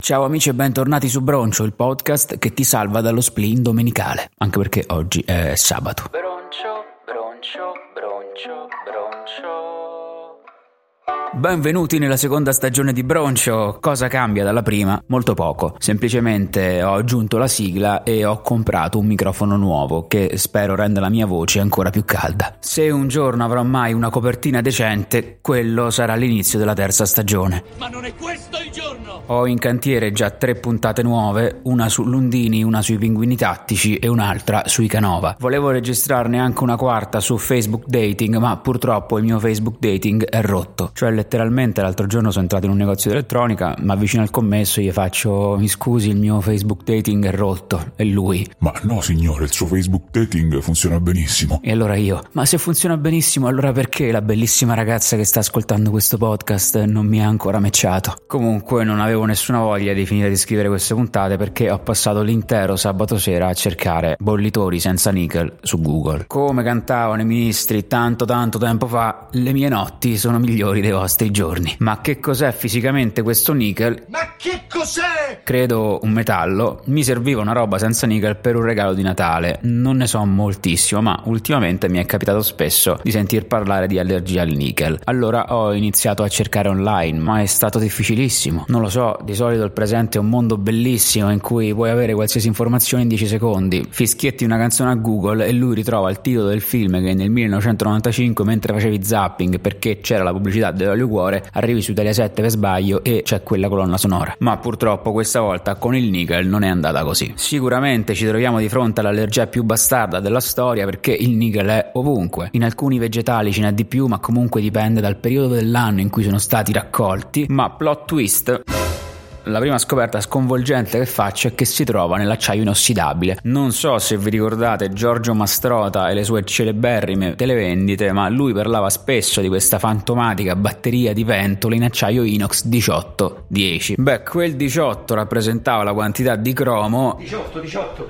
Ciao amici e bentornati su Broncio, il podcast che ti salva dallo spleen domenicale, anche perché oggi è sabato. Broncio. Benvenuti nella seconda stagione di Broncio. Cosa cambia dalla prima? Molto poco, semplicemente ho aggiunto la sigla e ho comprato un microfono nuovo che spero renda la mia voce ancora più calda. Se un giorno avrò mai una copertina decente, quello sarà l'inizio della terza stagione. Ma non è questo il giorno! Ho in cantiere già 3 puntate nuove, una su Lundini, una sui Pinguini Tattici e un'altra sui Canova. Volevo registrarne anche una quarta su Facebook Dating, ma purtroppo il mio Facebook Dating è rotto. Cioè letteralmente l'altro giorno sono entrato in un negozio di elettronica, ma vicino al commesso gli faccio: mi scusi, il mio Facebook Dating è rotto. E lui: ma no signore, il suo Facebook Dating funziona benissimo. E allora io: ma se funziona benissimo, allora perché la bellissima ragazza che sta ascoltando questo podcast non mi ha ancora matchato? Comunque non avevo nessuna voglia di finire di scrivere queste puntate perché ho passato l'intero sabato sera a cercare bollitori senza nickel su Google. Come cantavano i ministri tanto tempo fa, le mie notti sono migliori dei vostri giorni. Ma che cos'è fisicamente questo nickel? Ma che cos'è? Credo un metallo. Mi serviva una roba senza nickel per un regalo di Natale. Non ne so moltissimo, ma ultimamente mi è capitato spesso di sentir parlare di allergia al nickel. Allora ho iniziato a cercare online, ma è stato difficilissimo. Non lo so, di solito il presente è un mondo bellissimo in cui puoi avere qualsiasi informazione in 10 secondi. Fischietti una canzone a Google e lui ritrova il titolo del film che nel 1995, mentre facevi zapping perché c'era la pubblicità dell'olio cuore, arrivi su Italia 7 per sbaglio e c'è quella colonna sonora. Ma purtroppo questa volta con il nickel non è andata così. Sicuramente ci troviamo di fronte all'allergia più bastarda della storia, perché il nickel è ovunque. In alcuni vegetali ce n'è di più, ma comunque dipende dal periodo dell'anno in cui sono stati raccolti. Ma plot twist: la prima scoperta sconvolgente che faccio è che si trova nell'acciaio inossidabile. Non so se vi ricordate Giorgio Mastrota e le sue celeberrime televendite, ma lui parlava spesso di questa fantomatica batteria di pentole in acciaio inox 1810. Beh, quel 18 rappresentava la quantità di cromo 18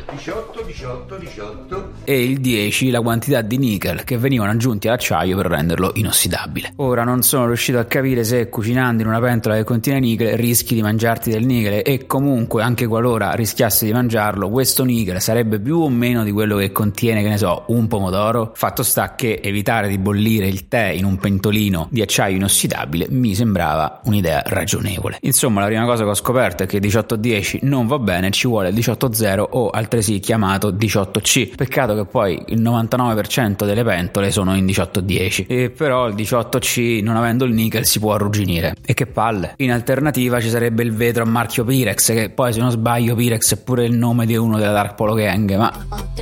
e il 10 la quantità di nickel che venivano aggiunti all'acciaio per renderlo inossidabile. Ora non sono riuscito a capire se cucinando in una pentola che contiene nickel rischi di mangiarti del nickel, e comunque anche qualora rischiassi di mangiarlo, questo nickel sarebbe più o meno di quello che contiene, che ne so, un pomodoro. Fatto sta che evitare di bollire il tè in un pentolino di acciaio inossidabile mi sembrava un'idea ragionevole. Insomma, la prima cosa che ho scoperto è che 1810 non va bene, ci vuole il 18.0 o altresì chiamato 18C. Peccato che poi il 99% delle pentole sono in 1810, e però il 18C, non avendo il nickel, si può arrugginire. E che palle. In alternativa ci sarebbe il vetro a marchio Pirex, che poi se non sbaglio Pirex è pure il nome di uno della Dark Polo Gang, ma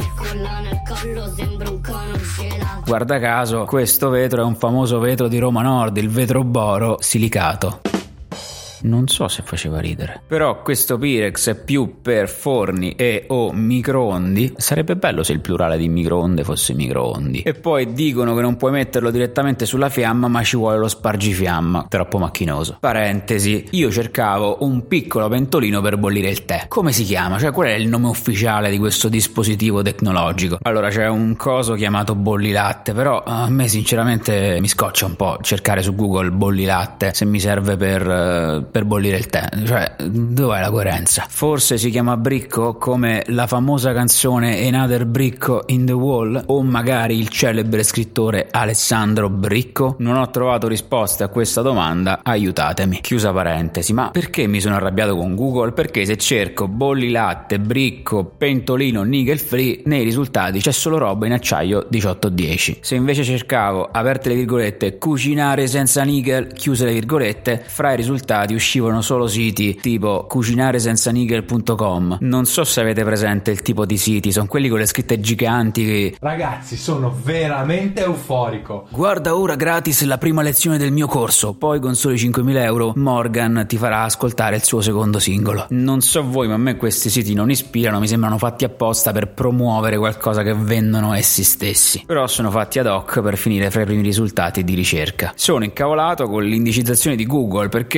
guarda caso questo vetro è un famoso vetro di Roma Nord, il vetro boro silicato. Non so se faceva ridere, però questo Pirex è più per forni e o microondi. Sarebbe bello se il plurale di microonde fosse microondi. E poi dicono che non puoi metterlo direttamente sulla fiamma, ma ci vuole lo spargifiamma. Troppo macchinoso. Parentesi: io cercavo un piccolo pentolino per bollire il tè. Come si chiama? Cioè, qual è il nome ufficiale di questo dispositivo tecnologico? Allora, c'è un coso chiamato bollilatte, però a me sinceramente mi scoccia un po' cercare su Google bollilatte se mi serve per bollire il tè. Cioè, dov'è la coerenza? Forse si chiama bricco come la famosa canzone Another Bricco in the Wall, o magari il celebre scrittore Alessandro Bricco? Non ho trovato risposte a questa domanda, aiutatemi. Chiusa parentesi. Ma perché mi sono arrabbiato con Google? Perché se cerco bollilatte, bricco, pentolino, nickel free, nei risultati c'è solo roba in acciaio 1810. Se invece cercavo, aperte le virgolette, cucinare senza nickel, chiuse le virgolette, fra i risultati uscivano solo siti tipo cucinaresenzanickel.com. Non so se avete presente il tipo di siti, sono quelli con le scritte giganti che... Ragazzi, sono veramente euforico. Guarda ora gratis la prima lezione del mio corso, poi con soli 5.000 euro Morgan ti farà ascoltare il suo secondo singolo. Non so voi, ma a me questi siti non ispirano, mi sembrano fatti apposta per promuovere qualcosa che vendono essi stessi. Però sono fatti ad hoc per finire fra i primi risultati di ricerca. Sono incavolato con l'indicizzazione di Google perché ci sono tutte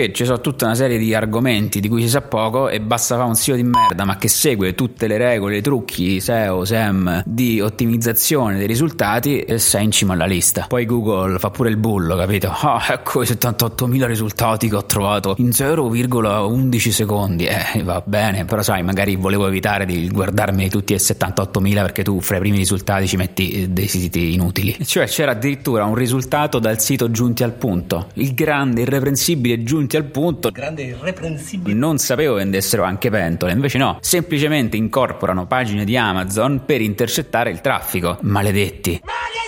tutta una serie di argomenti di cui si sa poco e basta fare un sito di merda ma che segue tutte le regole, i trucchi SEO, SEM di ottimizzazione dei risultati e sei in cima alla lista. Poi Google fa pure il bullo, capito? Ecco i 78.000 risultati che ho trovato in 0,11 secondi. Va bene, però sai, magari volevo evitare di guardarmi tutti e 78.000 perché tu fra i primi risultati ci metti dei siti inutili. Cioè c'era addirittura un risultato dal sito Giunti al Punto, il grande irreprensibile Giunti al Punto. Grande irreprensibile. Non sapevo vendessero anche pentole, invece no, semplicemente incorporano pagine di Amazon per intercettare il traffico. Maledetti.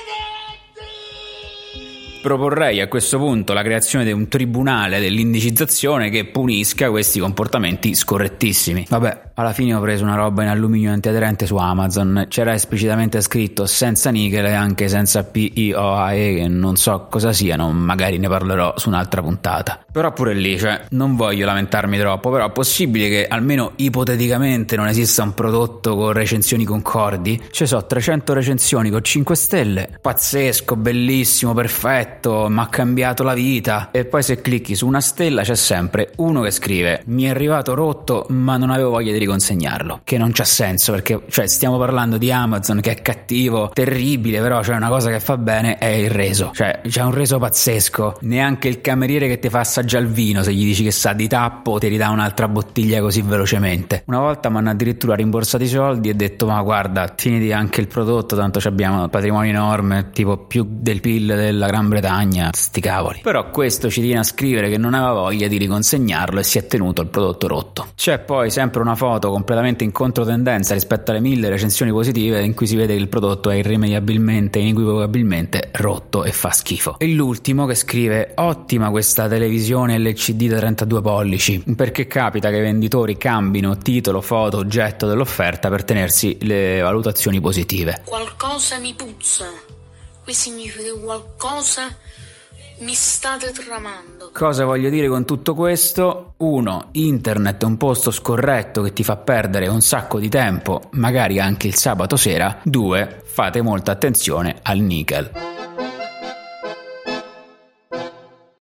Proporrei a questo punto la creazione di un tribunale dell'indicizzazione che punisca questi comportamenti scorrettissimi. Vabbè, alla fine ho preso una roba in alluminio antiaderente su Amazon, c'era esplicitamente scritto senza nichel e anche senza PIOAE, che non so cosa siano, magari ne parlerò su un'altra puntata. Però pure lì, cioè, non voglio lamentarmi troppo, però è possibile che almeno ipoteticamente non esista un prodotto con recensioni concordi? Ci sono 300 recensioni con 5 stelle, pazzesco, bellissimo, perfetto, mi ha cambiato la vita. E poi se clicchi su una stella c'è sempre uno che scrive mi è arrivato rotto ma non avevo voglia di riconsegnarlo, che non c'ha senso, perché cioè stiamo parlando di Amazon che è cattivo, terribile, però c'è una cosa che fa bene è il reso, cioè c'è un reso pazzesco. Neanche il cameriere che ti fa assaggiare il vino, se gli dici che sa di tappo, ti ridà un'altra bottiglia così velocemente. Una volta mi hanno addirittura rimborsato i soldi e detto ma guarda, tieniti anche il prodotto, tanto abbiamo un patrimonio enorme, tipo più del PIL della Gran Bretagna, sti cavoli. Però questo ci tiene a scrivere che non aveva voglia di riconsegnarlo e si è tenuto il prodotto rotto. C'è poi sempre una foto completamente in controtendenza rispetto alle 1000 recensioni positive in cui si vede che il prodotto è irrimediabilmente, inequivocabilmente rotto e fa schifo. E l'ultimo che scrive ottima questa televisione LCD da 32 pollici, perché capita che i venditori cambino titolo, foto, oggetto dell'offerta per tenersi le valutazioni positive. Qualcosa mi puzza. Questo significa che qualcosa mi state tramando. Cosa voglio dire con tutto questo? 1. Internet è un posto scorretto che ti fa perdere un sacco di tempo, magari anche il sabato sera. 2. Fate molta attenzione al nickel.